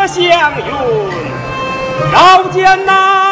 色祥云，绕见那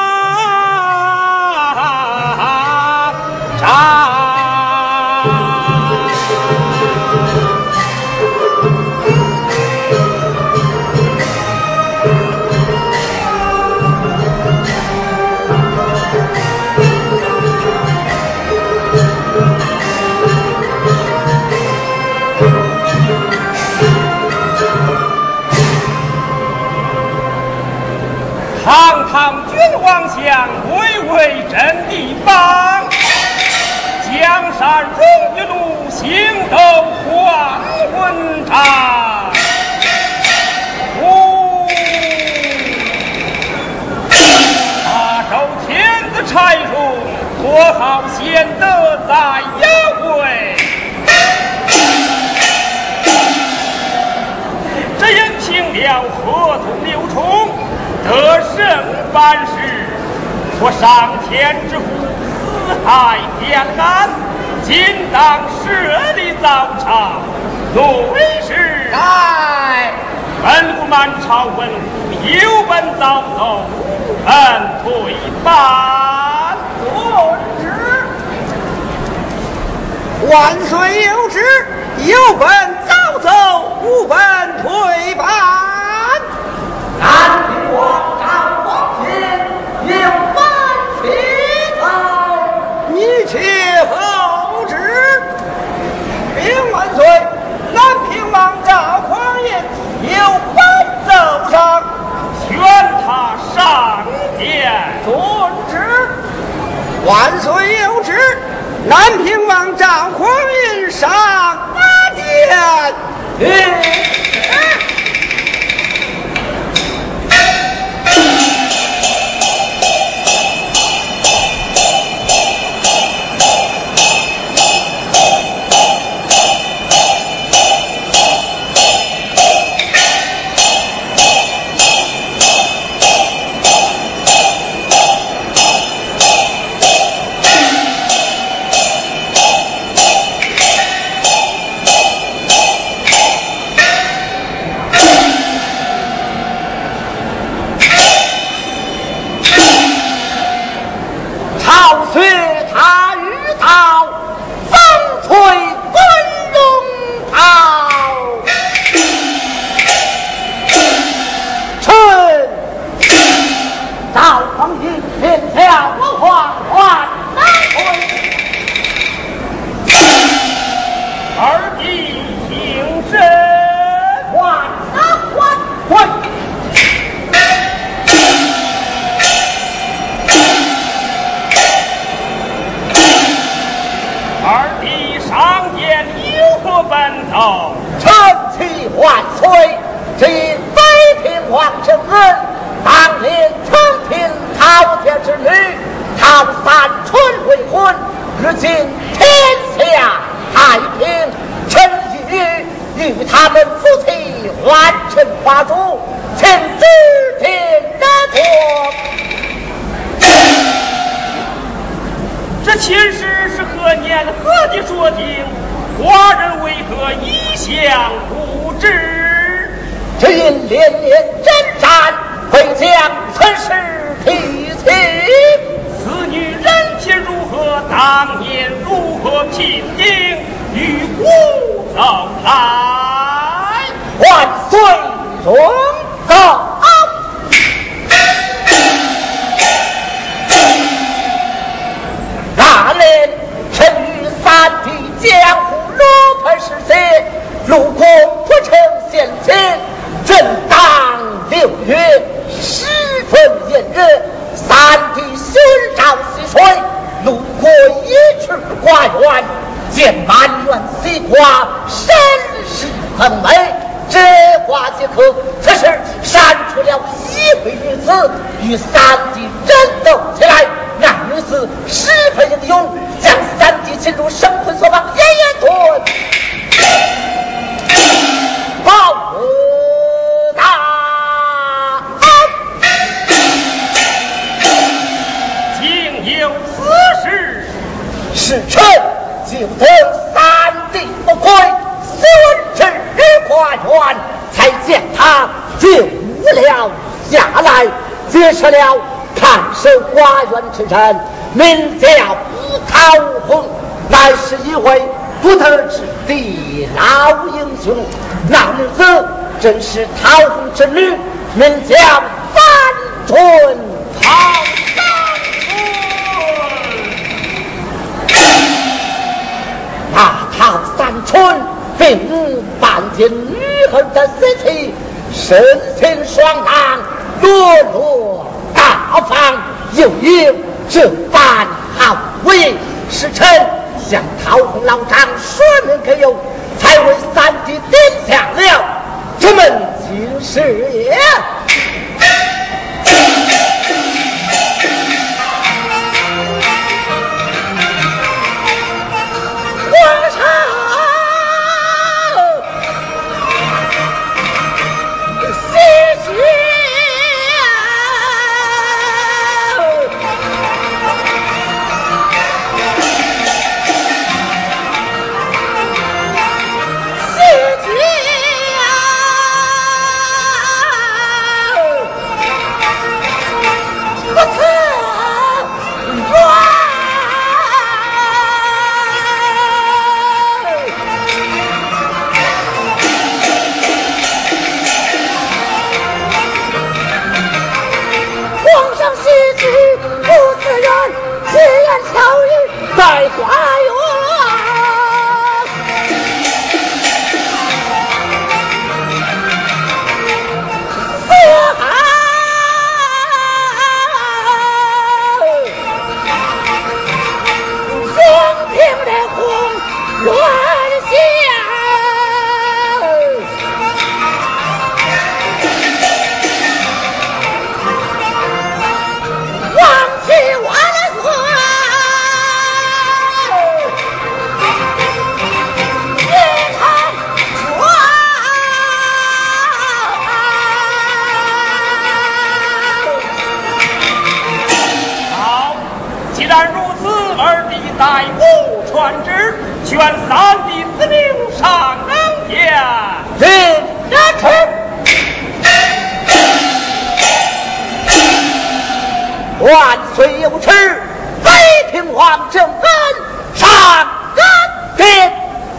堂堂君王相，巍巍真地方，江山荣一路，星斗换文章。大周天子差荣，多好贤德在腰围。这人凭了合同六重，得胜办事，我上天之父，四海两岸，今当设立早朝，内侍来， 本不满朝文武，有本早奏，本退办遵旨。万岁有旨，有本早奏，无本退办。南平王赵王天有本启奏，你且后旨。禀万岁，南平王赵匡胤有本奏上， 宣他上殿。 遵旨。万岁有旨，南平王赵匡胤上大殿。 与三弟争斗起来，那女子十分英勇，将三弟擒入生魂所绑，严严吞。报答， 竟有此事， 使臣就得三弟不归，孙之跨院，才见他就。 了下来，结识了看守花园之人，名叫陶洪，乃是一位不得之地老英雄。那女子正是陶洪之女，名叫范春。 陶三春， 那陶三春并伴见女儿的死期，身心爽朗，落落大方，又有这般好为，使臣向陶洪老丈说明可有，才为三弟点下了这门亲事也。皇上，谢谢。在花园，风平的红乱响，王七万岁。 代吾传旨，宣三弟子命上殿。 人臣。万岁有旨，北平王正恩上殿。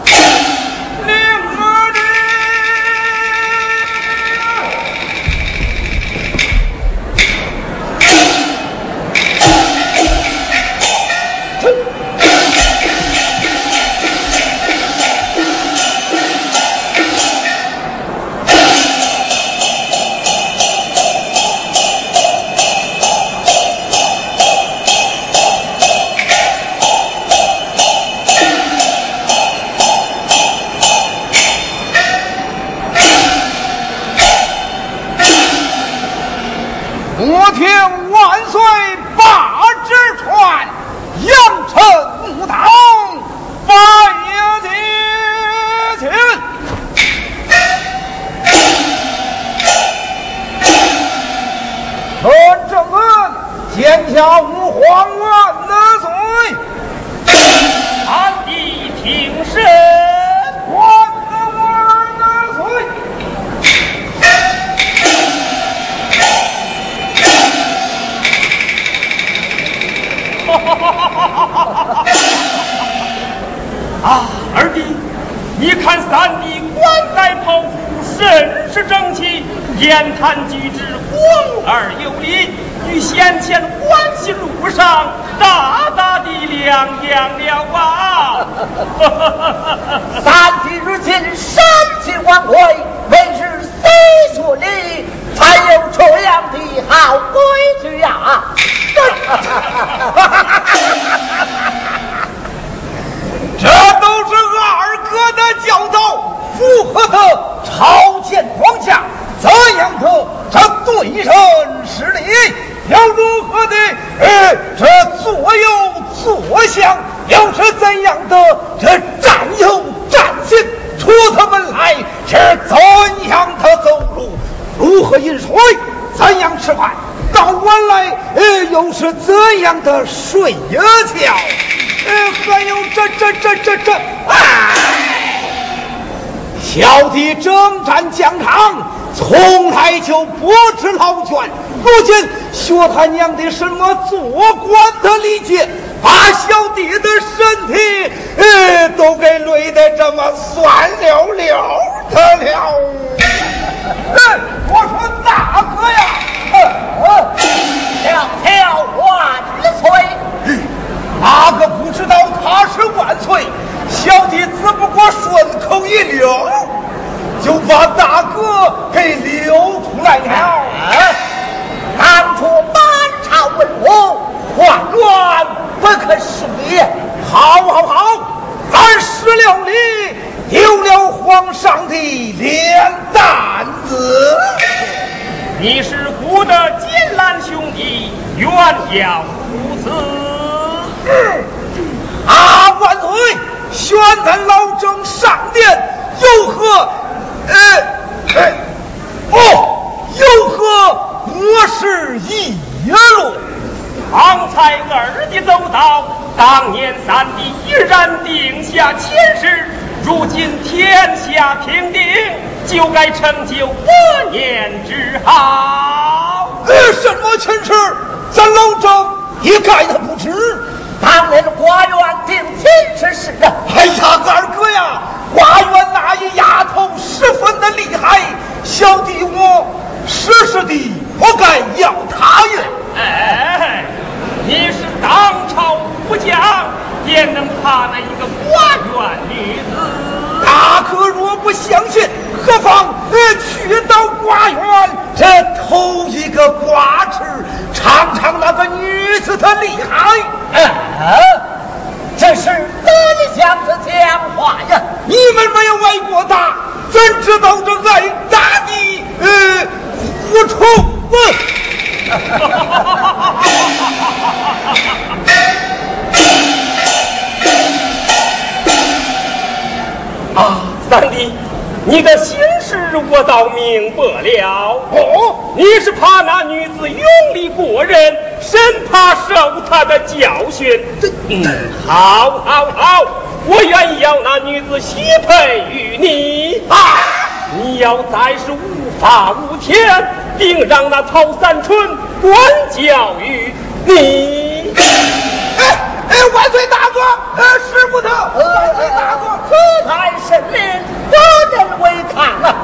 二弟，你看三弟冠带袍服，甚是整齐，言谈举止恭而有礼，与先前关系路上大大的两样了啊！ 三弟如今身体晚归，为是虽说礼，才有这样的好规矩呀！ 这都是二哥的教导，符合的朝见皇家，怎样的这对人是礼，要如何的这左右坐相，又是怎样的这站右站行，出他门来是怎样的走路，如何饮水，怎样吃饭，到晚来又是怎样的睡觉，还有这小弟征战疆场， 从来就不知老卷，如今学他娘的什么做官的理解，把小弟的身体都给累得这么酸溜溜的了。我说大哥呀， 条条万岁。 哪个不知道他是万岁？小弟只不过顺口一溜，就把大哥给溜出来了。 当初满朝文武，换元不可思议。 好，咱失了礼，丢了皇上的脸蛋子。 你是胡的金兰兄弟，冤要父子。 万岁！宣咱老郑上殿，有何？有何我是议论？ 方才二弟奏道，当年三弟已然定下前世，如今天下平定，就该成就国年之好。 什么前世？咱老郑一概他不知。 当年花园定亲之事啊！ 哎呀，二哥呀，花园那一丫头十分的厉害，小弟我实实的不该要她呀。 你是当朝武将，也能怕那一个花园女子？ 大哥若不相信，何妨去到花园，这头一个瓜池，尝尝那个女子的厉害。 这是哪里讲的讲话呀？ 你们没有挨过打，怎知道这挨打的胡虫子？ 三弟，你的心事我倒明白了。你是怕那女子用力过人，生怕受她的教训。好，我愿意要那女子许配于你。你要再是无法无天，定让那曹三春管教于你。 万岁大哥，使不得！万岁大哥， 此乃神灵，不能违抗啊！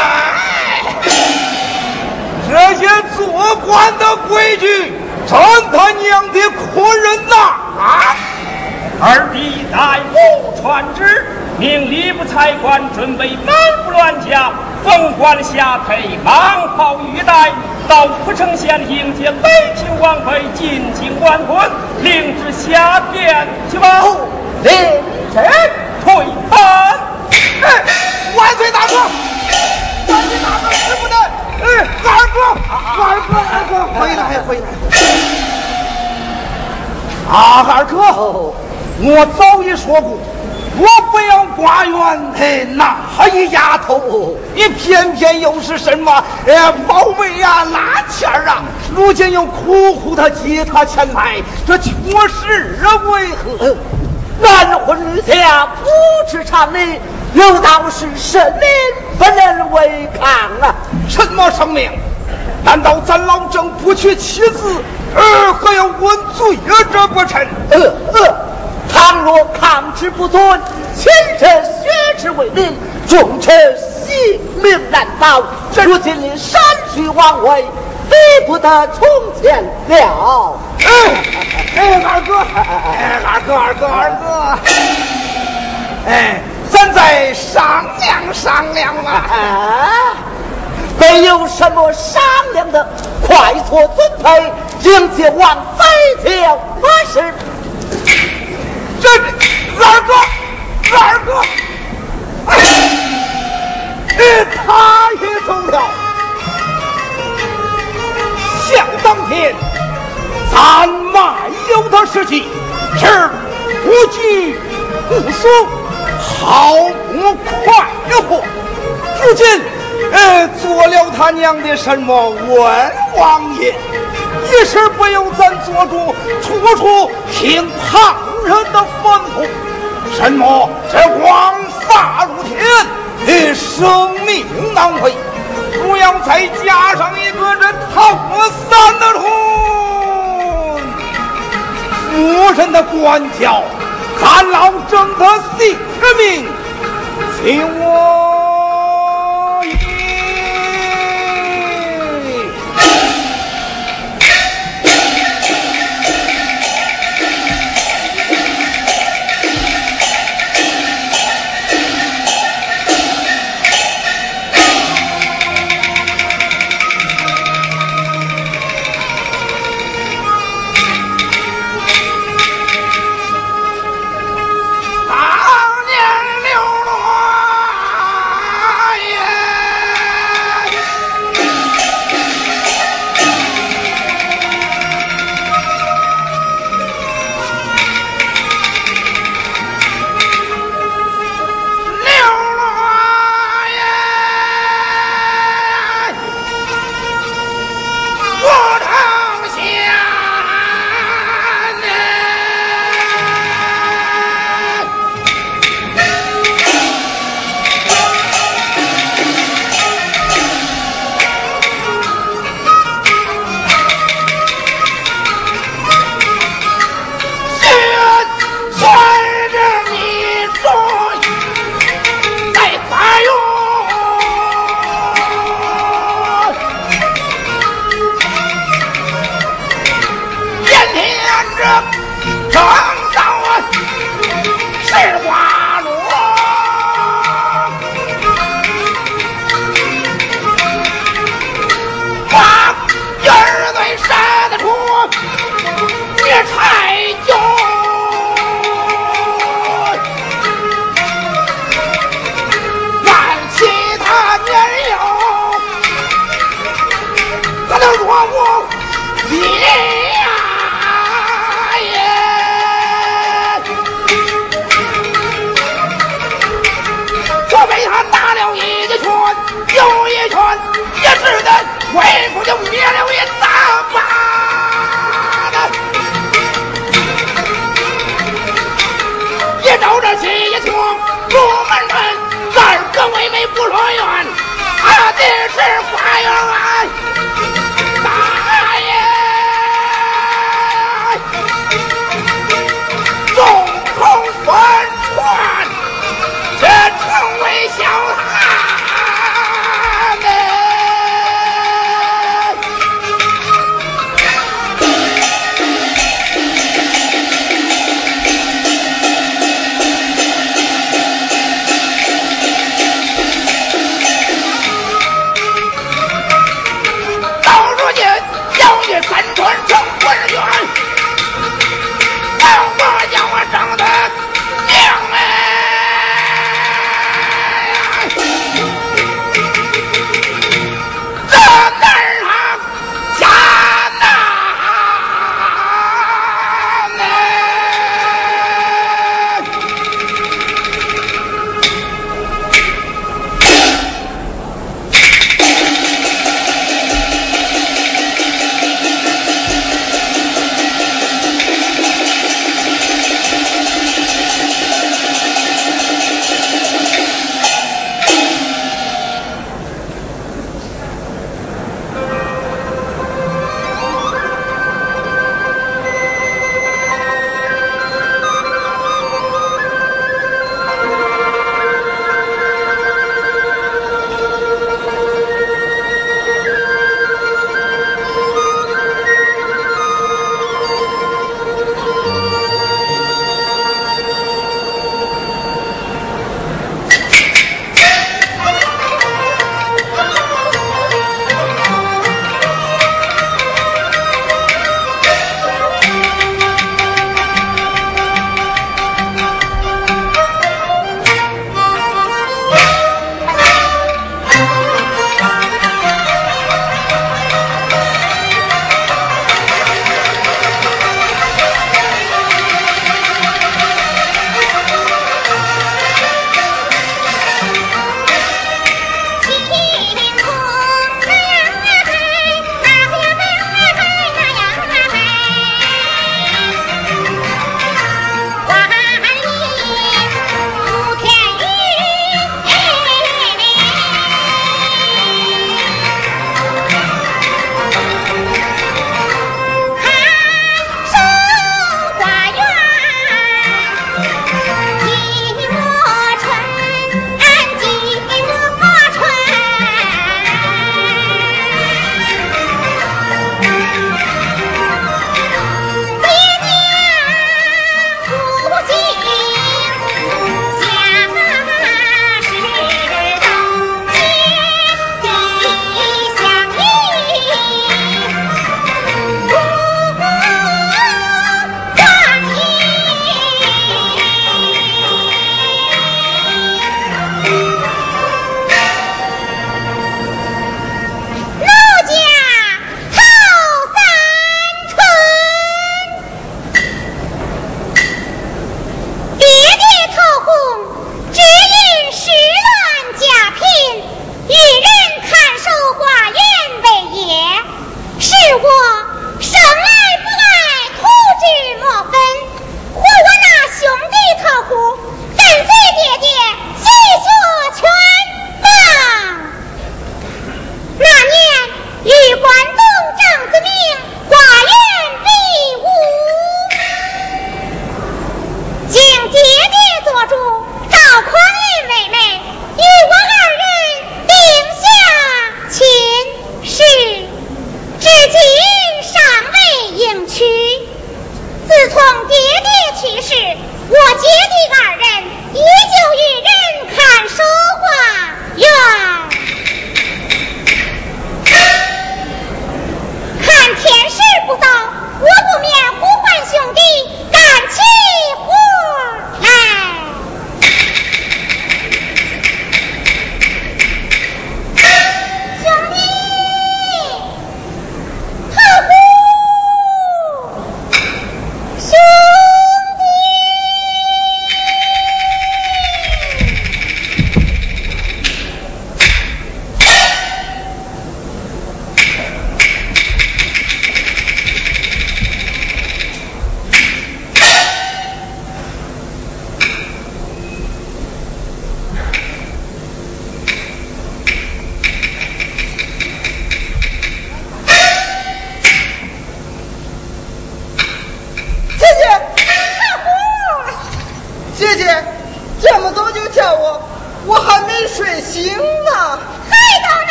这些做官的规矩，真他娘的可人呐！ 二弟待我传旨，命礼部裁官准备满不乱家，凤冠霞帔，蟒袍玉带，到蒲城县迎接北秦王妃进京完婚，领旨下殿去吧。 领旨退班。 万岁大哥，万岁大哥，使不得！二哥，回来！二哥，我早已说过，我不要花园那一丫头，你偏偏又是什么冒昧啊、拉纤啊，如今又苦苦的接他前来，这确实为何？ 男婚女嫁不知常理，有道是神明不能违抗啊！ 什么生命？难道咱老郑不娶妻子，还要问罪这不成？ 倘若抗旨不遵，前者血之为民，重者性命难保。如今你擅许王位，比不得从前了。 二哥，咱再商量啊！ 没有什么商量的，快速准备，迎接王妃就合适。 这二哥，他也走了。想当天，咱卖油的事情是不拘不束，毫不快活。如今做了他娘的什么文王爷，一时不由咱做主，处听旁人的吩咐，什么这王法如天，生命难违。 不要再加上一个这唐三的虫。夫人的管教，咱老挣他性命，请我一。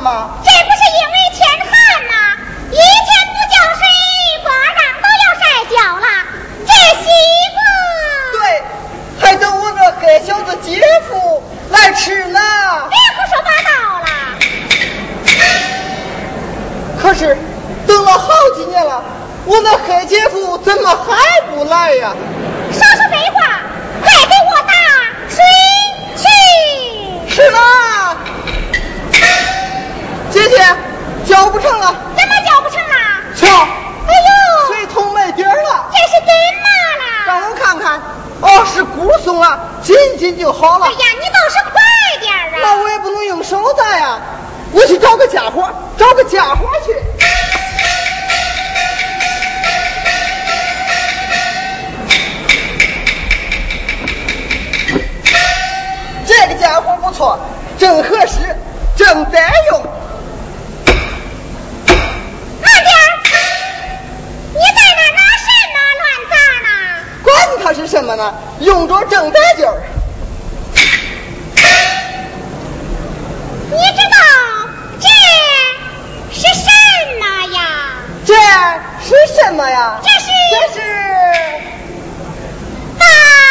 吗？ 这不是因为天旱吗？一天不浇水，瓜瓤都要晒焦了。这西瓜， 对，还等我那黑小子姐夫来吃呢。 别胡说八道了。 可是等了好几年了，我那黑姐夫怎么还不来呀？ 少说废话，快给我打水去。 是啦，姐姐，浇不成了。 怎么浇不成了？ 瞧， 哎呦， 水桶没底儿了。 这是怎么了？ 让我看看，哦，是咕松了，紧紧就好了。 哎呀，你倒是快点啊！ 那我也不能用手摘呀，我去找个家伙，找个家伙去。这个家伙不错，正合适，正在用。 慢点儿！你在那拿什么乱砸呢？ 管它是什么呢，用着正在劲儿。 你知道这是什么呀？ 这是什么呀？ 这是棒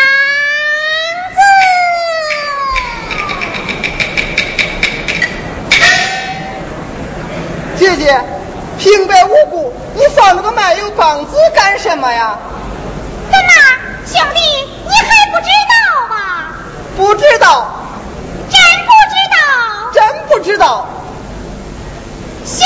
子。姐姐，平白无故你放这个卖油棒子干什么呀？ 怎么，兄弟，你还不知道吗？ 不知道， 真不知道？ 真不知道。 兄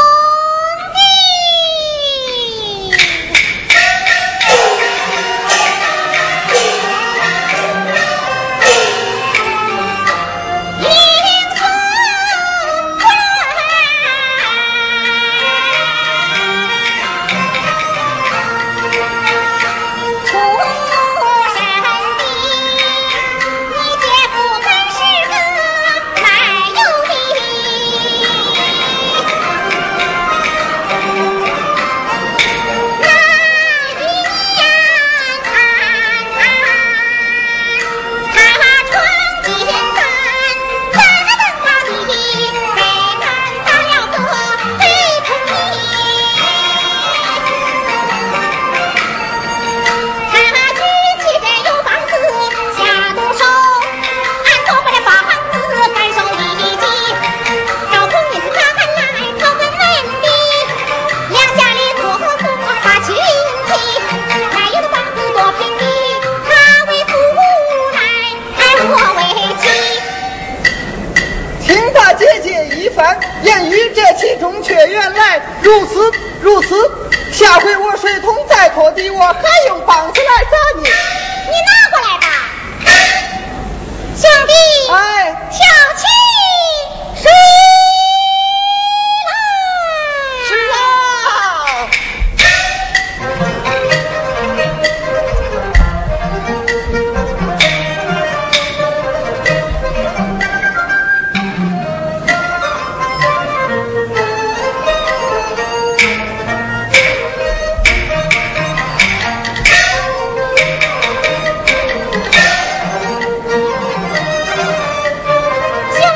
言语这其中却原来如此，下回我水桶再拖地，我还用棒子来砸你。 你拿过来吧，兄弟。 哎， 跳起水来。 是啊。 兄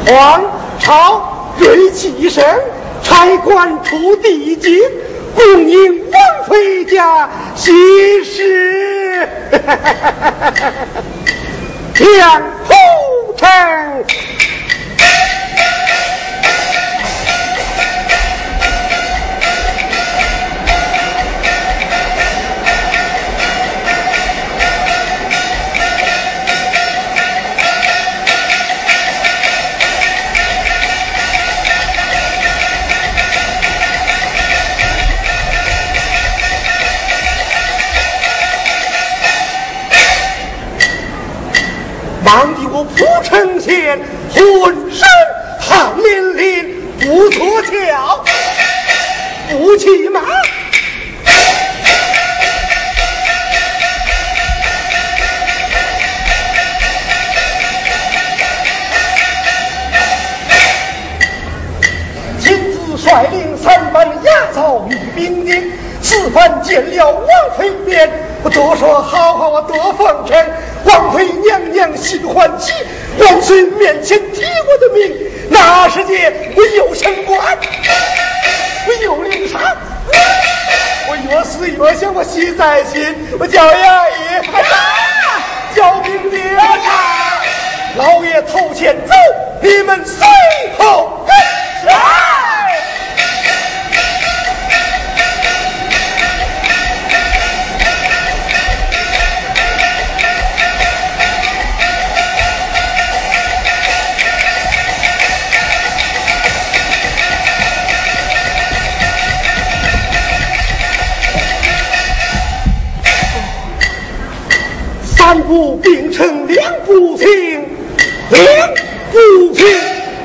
皇朝瑞气生，差官出地境，供应王妃家喜事，将铺城。忙得我蒲城县浑身汗淋淋，不脱脚，不骑马。亲自率领3班押枣与兵丁，4番见了王妃面，我多说好好多奉承。王妃娘娘心欢喜，万岁面前提我的名，那时节我有升官，我有领赏，我越思越想，我喜在心，我叫衙役，叫兵丁，老爷头前走，你们随后跟上。3步并成2步平，2步平。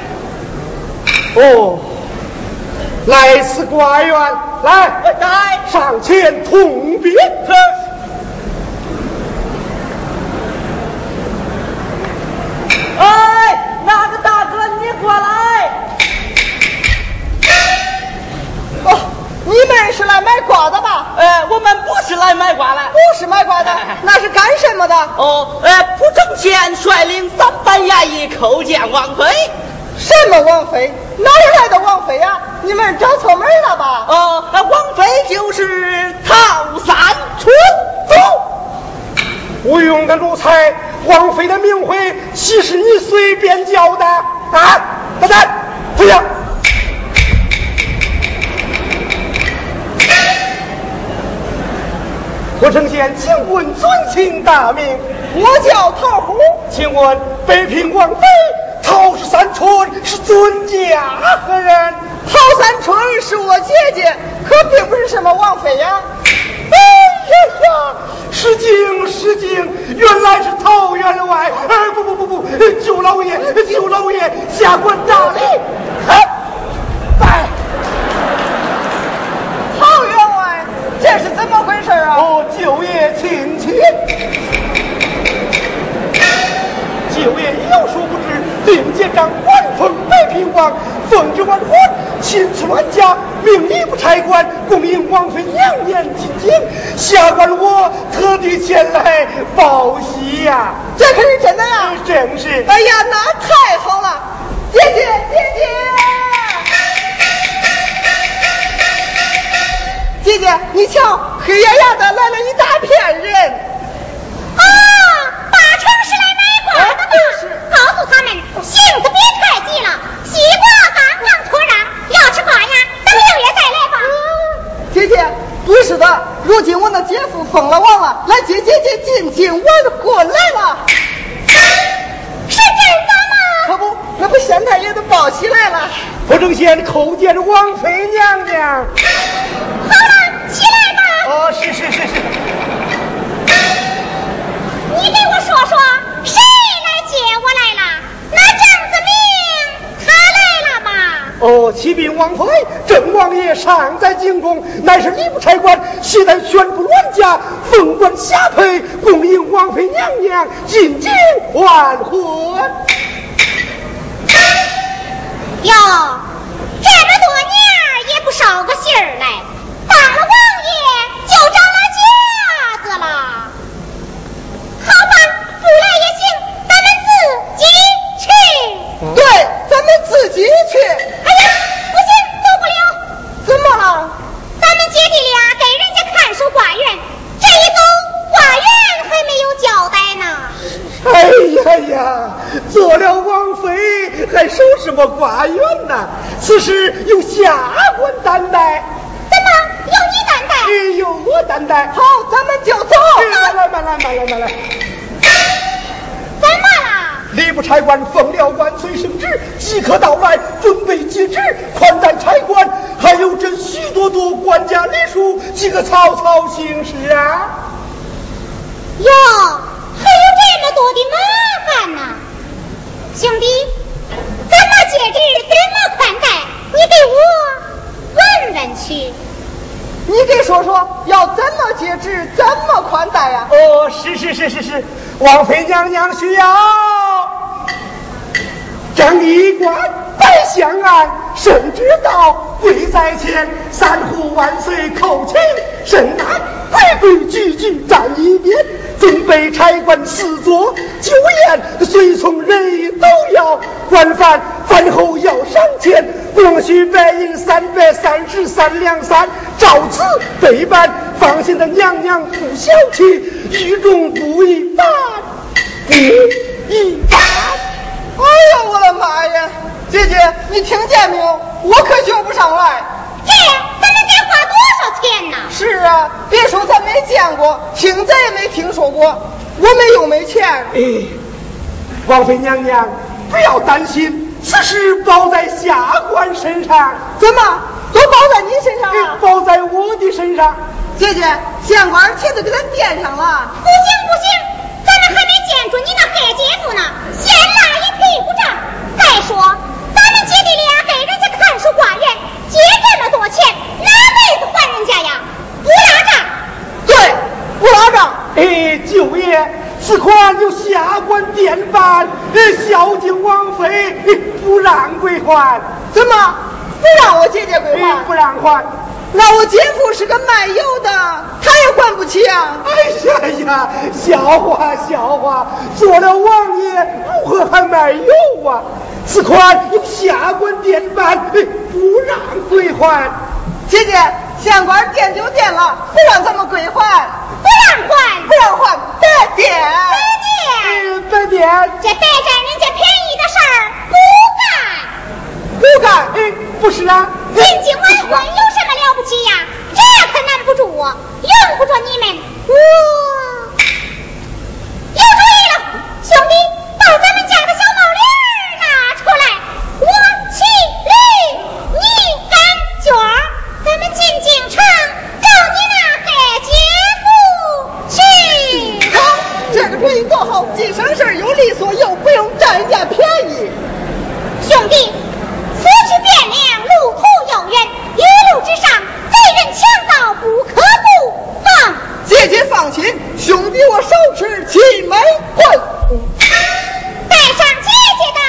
哦，来此寡员，来上前通禀。 哎，那个大哥，你过来。哦，你们是来买瓜的吧？ 我们不是来买瓜的， 不是买瓜的，那是干什么的？ 蒲城县率领3班衙役叩见王妃。 什么王妃？哪里来的王妃呀？你们找错门了吧？ 王妃就是陶三春。 走，不用的奴才，王妃的名讳岂是你随便叫的啊？大胆，不要！蒲城县请问尊姓大名？ 我叫陶虎。 请问北平王妃陶三春是尊家何人？ 陶三春是我姐姐，可并不是什么王妃呀。 哎呀，失敬，原来是陶员外。不，舅老爷，下官大礼。拜。 陶员外，这是怎么回事啊？ 舅爷请。舅爷有所不知，令节长官封北平王，奉旨完婚，亲自万家，命礼部差官供应王妃2年进京。下官我特地前来报喜呀。 这可是真的呀？ 正是。 哎呀，那太好了，姐姐。姐姐，你瞧，黑压压的来了一大片人。 八成是来买瓜的吧？告诉他们，性子别太急了，西瓜刚刚脱瓤，要吃瓜呀，等6月再来吧。 姐姐，不是的，如今我那姐夫封了王了，来接姐姐进京，我过来了。 是真的吗？ 可不，那不县太爷都报喜来了。 蒲城县叩见王妃娘娘。 好了，起来吧。 是。 你给我说说，谁来接我来了？那郑子明他来了吗？ 启禀王妃，郑王爷尚在京中，乃是礼部差官，现在宣布乱家，奉官下配，供应王妃娘娘进京完婚。 哟，这么多年也不捎个信儿来，当了王爷就长了架子了。好吧，不来也行，咱们自己去。 对，咱呀，做了王妃还守什么寡园呢？此事由下官担待。 怎么由你担待？ 由我担待。 好，咱们就走。 来。 怎么啦？ 吏部差官奉了万岁圣旨，即刻到来，准备接旨，款待差官，还有这许多官家礼数，几个草行事啊。 哟，还有这么多的麻烦呢，兄弟，怎么节制，怎么款待，你给我问问去。 你给说说，要怎么节制，怎么款待呀？ 哦，是，王妃娘娘需要正衣冠，摆香案，圣旨到，跪在前，三呼万岁，叩请圣安，规矩站一边，准备差官四座，酒宴随从人役都要，官饭饭后要上前，光绪白银333两3，照此备办，放心的娘娘不小气，与众不一般。 哎呀，我的妈呀！姐姐，你听见没有？我可学不上来。 这咱们得花多少钱呢？ 是啊，别说咱没见过，听咱也没听说过，我们又没钱。 王妃娘娘不要担心，此事包在下官身上。 怎么都包在你身上了？ 包在我的身上。 姐姐，县官帖子给咱垫上了。 不行，咱们还没见着你那盖姐夫呢，嫌拉也配不上。再说咱们姐弟俩给人家看守寡园，借这么多钱，哪辈子还人家呀？不拉账。 对，不拉账。 九爷，此款由下官垫办，孝敬王妃，不让归还。 怎么不让我姐姐归还？ 不让还。 那我姐夫是个卖油的，他也还不起啊！ 哎呀，笑话，做了王爷如何还卖油啊？此款由下官垫办，不让归还。 姐姐，县官垫就垫了，不让咱们归还， 不让还， 白垫， 这白占人家便宜的事儿不干。 不是啊， 进京完婚有什么了不起呀？这可难不住我，用不着你们。我有主意了，兄弟，把咱们家的小毛驴拿出来，我骑驴，你赶脚儿，咱们进京城找你那盖姐夫去。 好，这个主意多好，既省事又利索，又不用占人家便宜。 兄弟，此去汴梁，路途遥远，一路之上贼人强盗不可不防。 姐姐放心，兄弟我手持齐眉棍， 带上姐姐的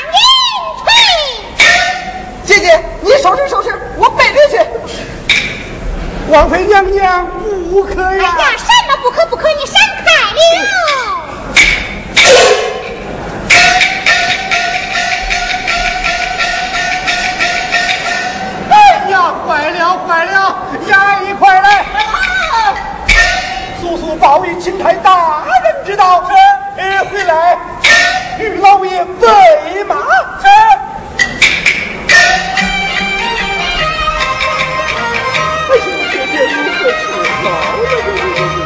蓝银锤。 姐姐你收拾，我背驴去。 王妃娘娘不可呀！ 哎呀，什么不可？你闪开了！ 哎呀，坏了！衙役快来！速报与钦差大人知道。回来，与老爷备马。姐如何是好呀？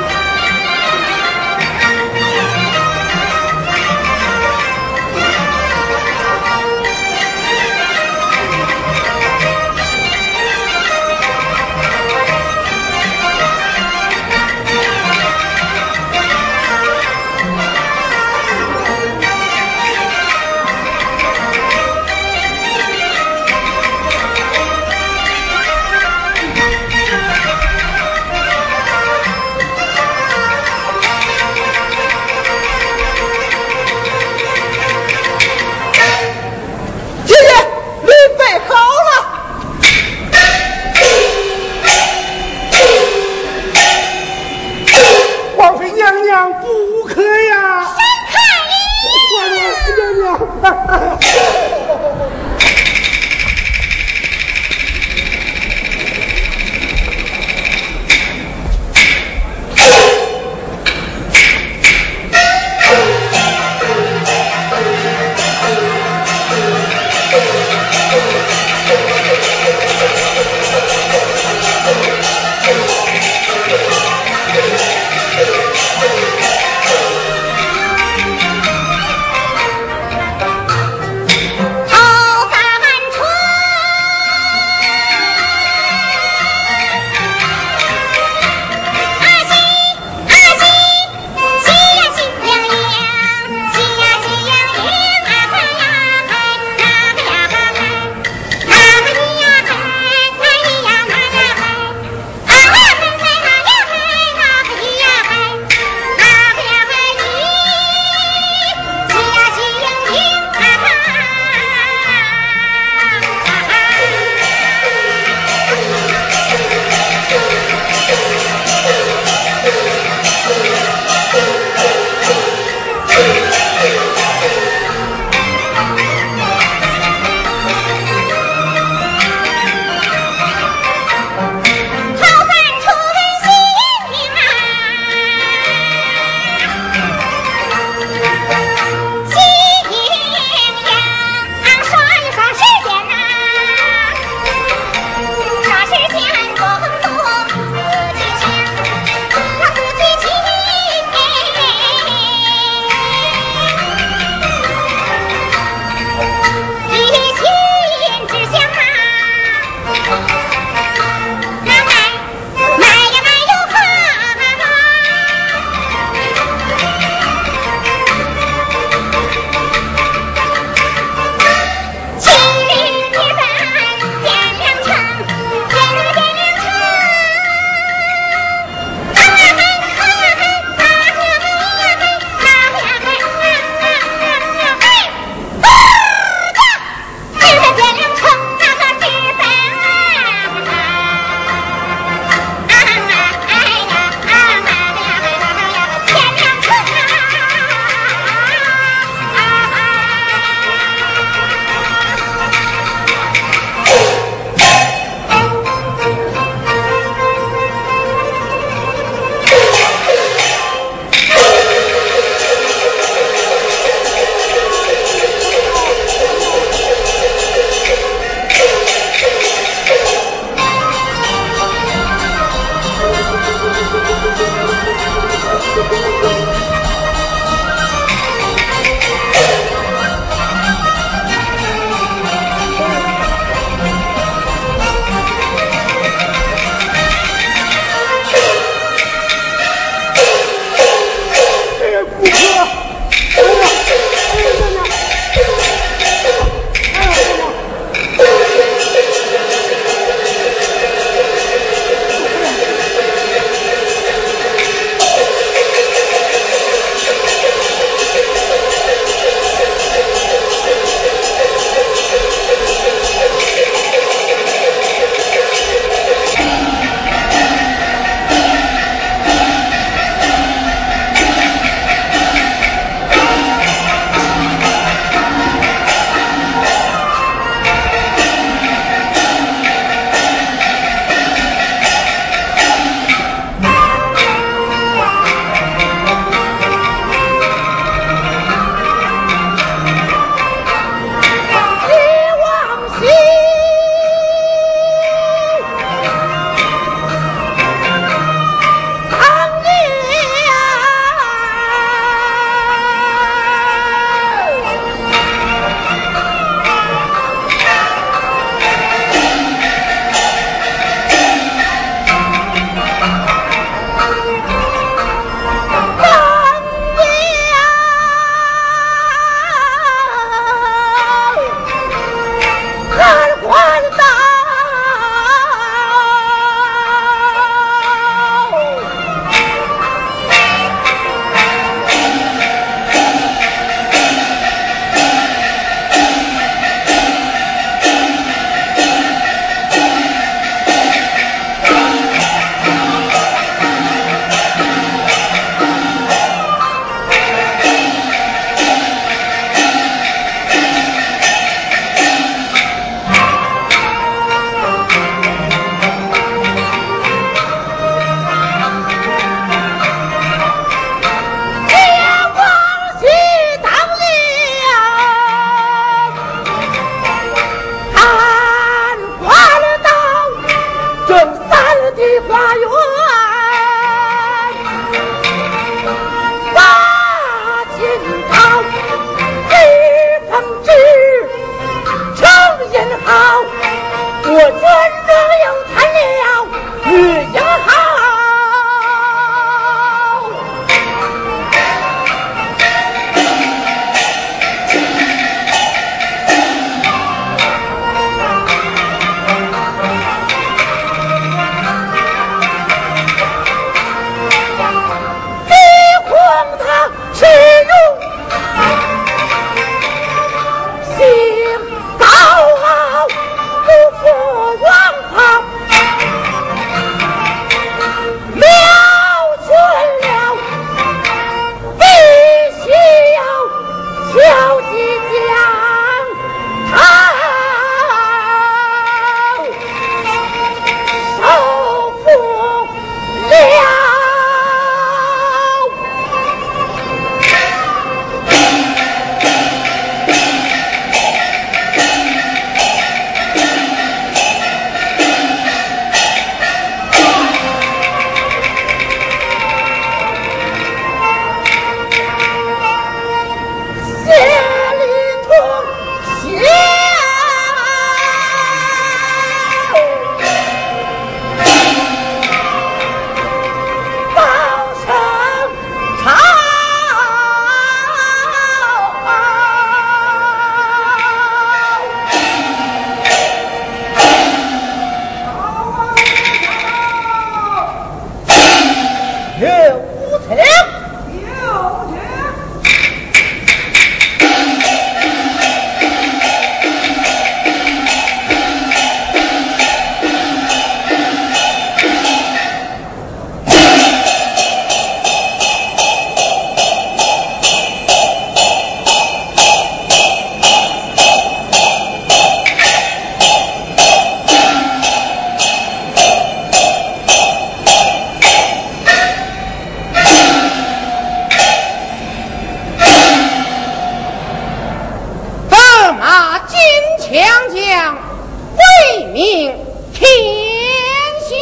强将为民天下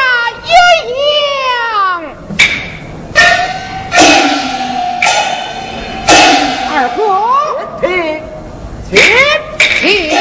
一样。二哥，请。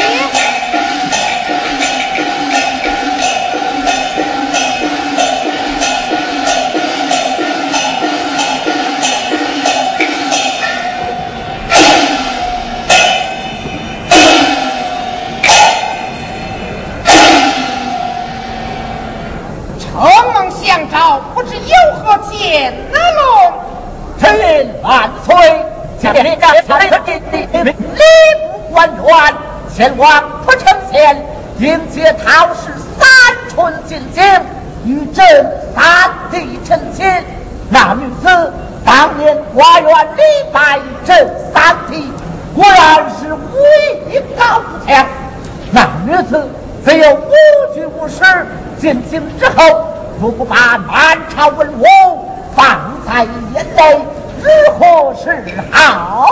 相招不知有何见呢？喽， 臣人万岁！将领长才的礼部官员前往蒲城县迎接陶氏三春进京，与朕三弟成亲。那女子当年花园礼拜朕三弟，果然是武艺高强。那女子只有无拘无束，进京之后如不把满朝文武放在眼内，如何是好？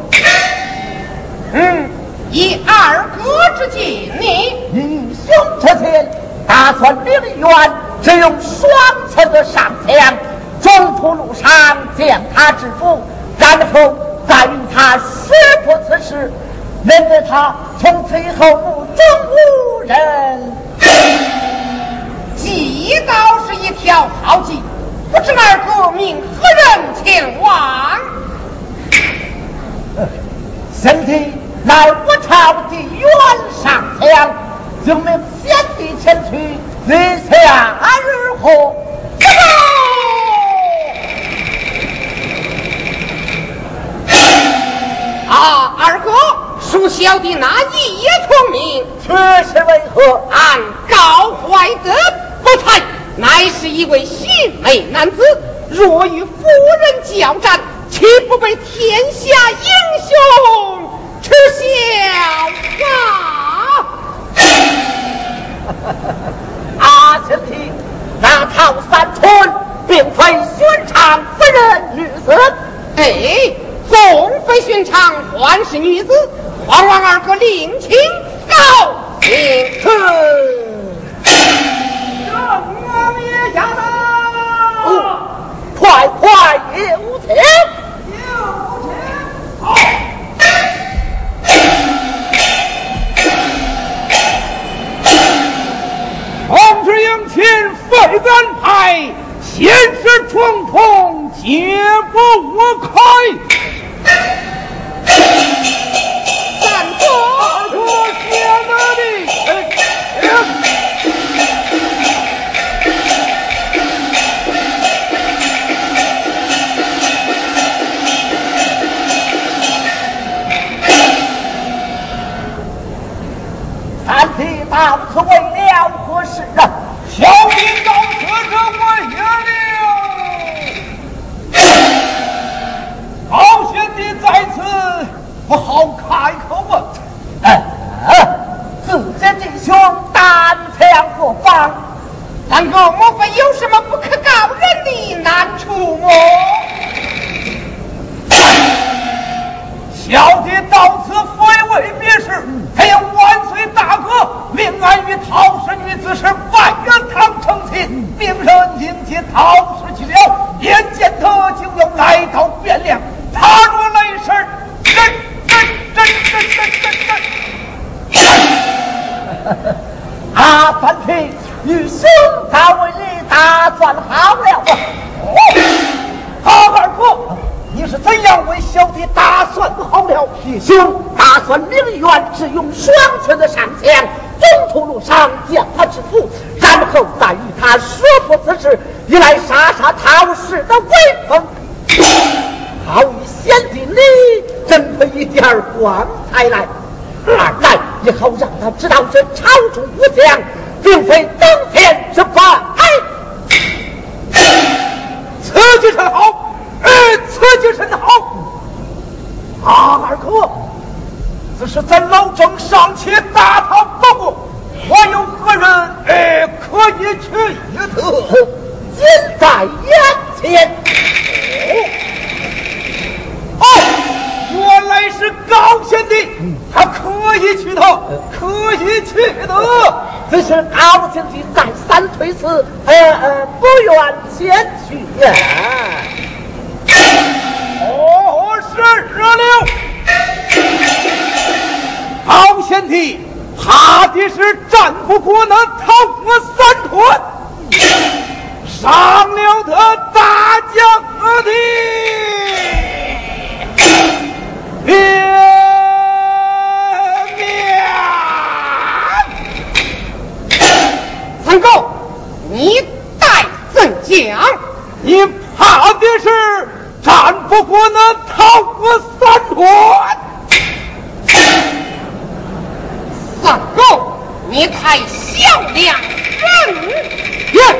以二哥之见， 英雄之见，打算领员只用双枪的上将，中途路上将他制服，然后再与他说破此事，免得他从此以后目中无人。 计倒是一条好计，不知二哥命何人前往？ 贤弟乃我朝的元上将，就命贤弟前去，立下如何？ 二哥，属小弟那一也聪明， 却是为何？ 按高怀德不才，乃是一位须眉男子，若与夫人交战，岂不被天下英雄耻笑啊！贤弟，那陶三春并非寻常妇人女子， 纵非寻常，还是女子，还望二哥另请高明。 王爷驾到！ 快有请！ 好。 同志迎亲非安排，先是重逢皆不我开。 三哥， 我谢了你。 三弟到此为了何事啊？ 小弟到此是为了高贤弟在此，不好开口啊。 自家弟兄单枪何妨？ 三哥，莫非有什么不可告人的难处么？ 小弟到此非为别事，还有万岁大哥命俺与陶氏女子是拜月堂成亲，命人迎接陶氏去了，眼见他就要来到汴梁，他若来时， 三弟与兄他为你打算好了啊！ 好二哥，你是怎样为小弟打算好了？ 弟兄打算领员只用双拳的上将，中途路上将他制服，然后再与他说破此事，以来杀陶氏的威风。好与贤弟你真配一点光彩来，二来也好让他知道这朝中武将并非当天之法。 此计甚好，此计甚好。二哥，此是咱老郑尚且大唐不过，还有何人可以去一得？ 近在眼前。 原来是高贤弟，他可以去头，可去的，只是高贤弟再三推辞，不愿前去呀。 是了，高贤弟怕的是战不过那曹国三团，上了他大将的面。 三公，你待怎讲？ 你怕的是战不过那曹国三团。 三公，你太小量人也。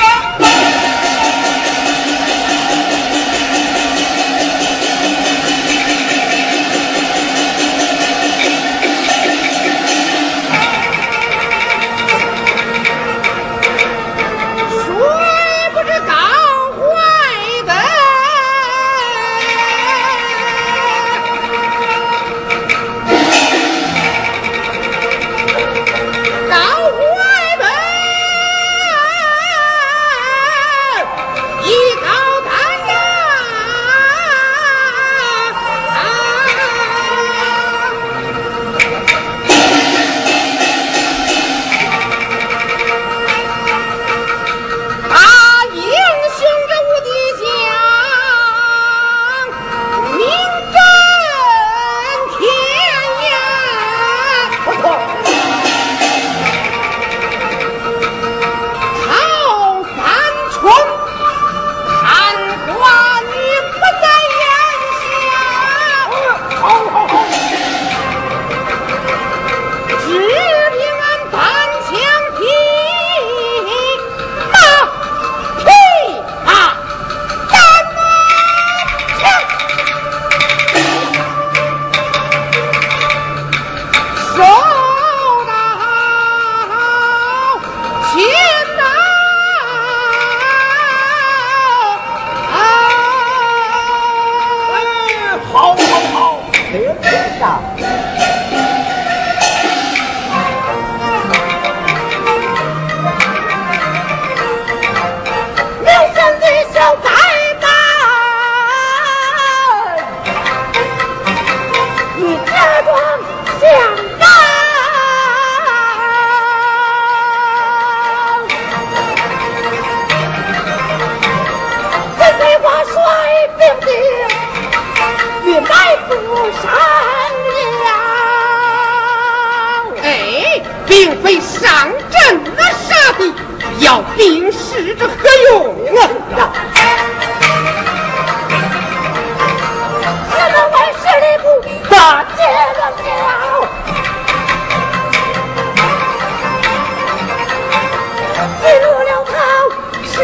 并非上阵的杀敌，要兵士之何用啊？ 只能为十里布大捷了了，进入了曹是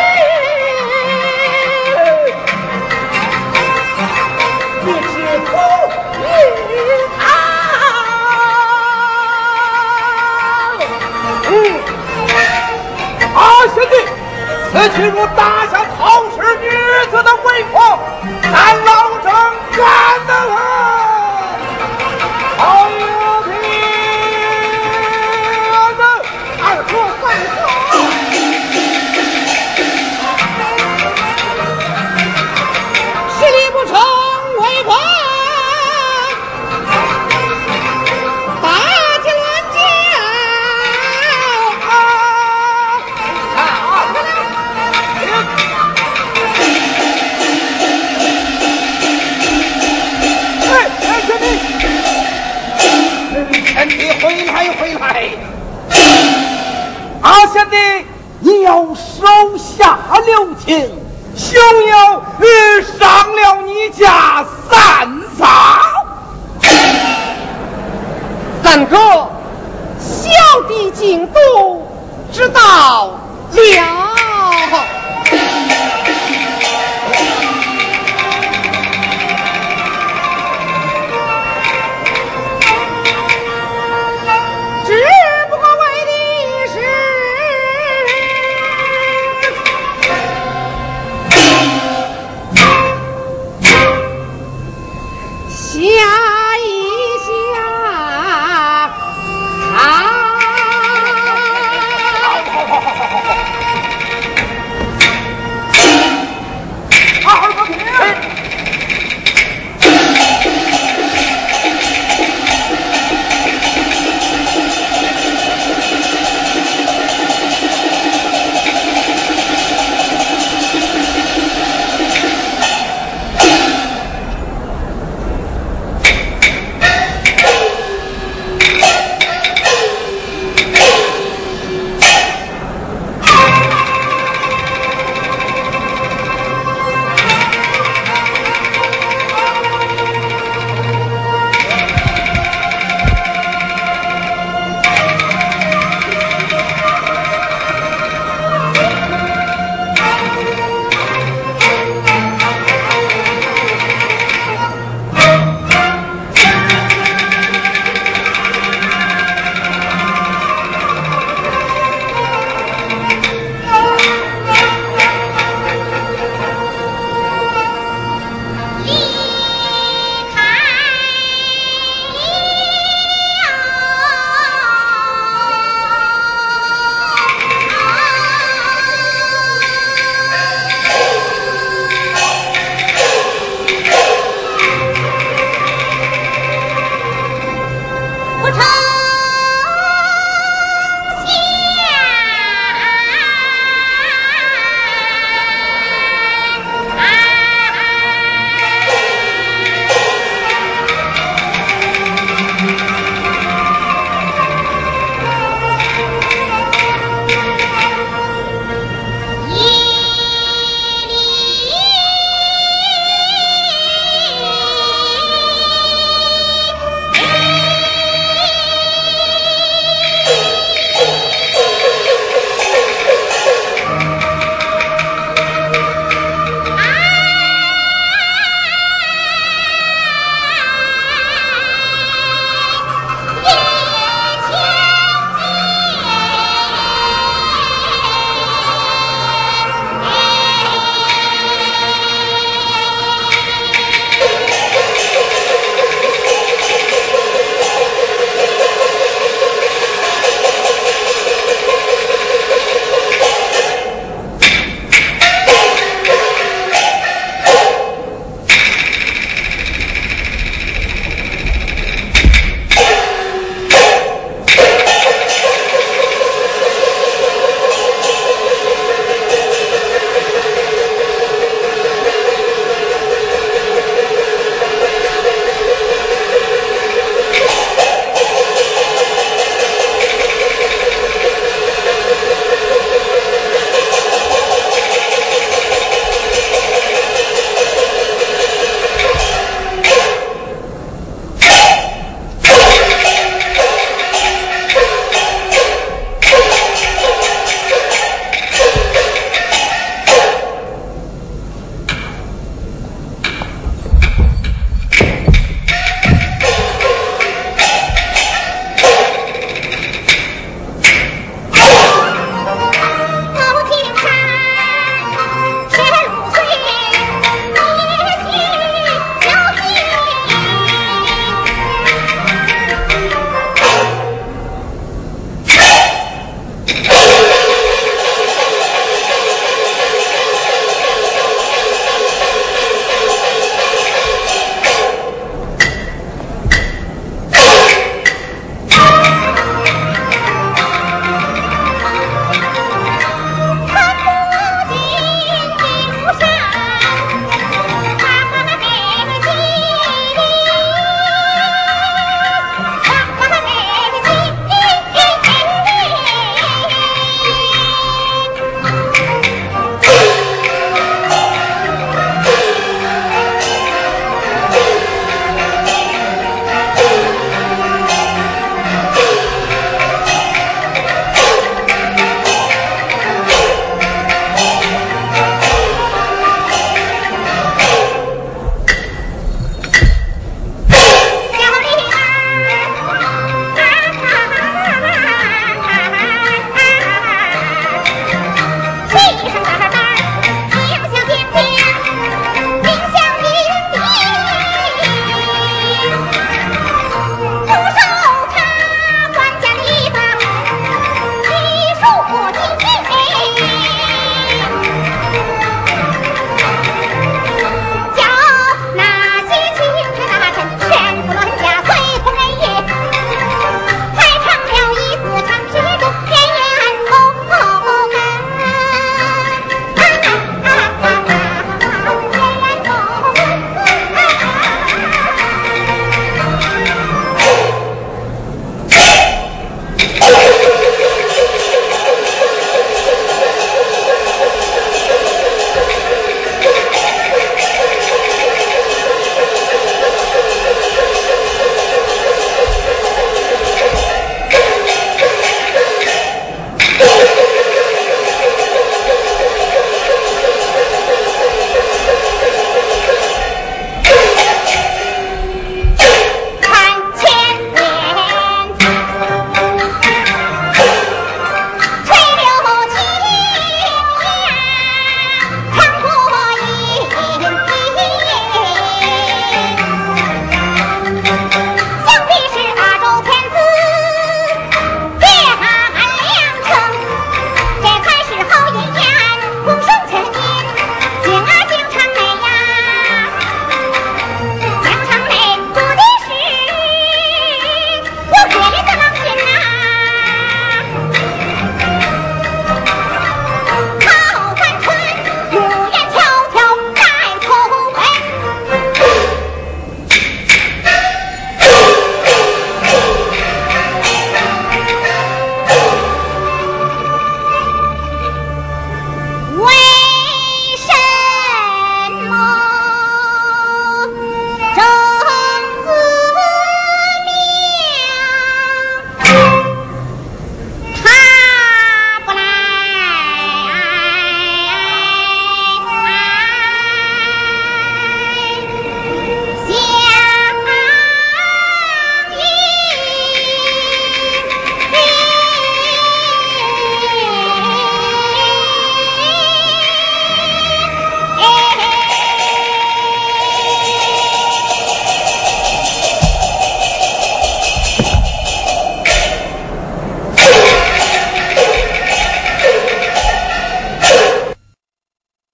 你只不与他。 兄弟，此去如打下曹氏女子的威风，咱老郑干得很。好有听的，二哥三哥， 实力不成威风。 回来！阿贤弟，你要手下留情，休要伤了你家三嫂。 三哥，小弟进都知道了。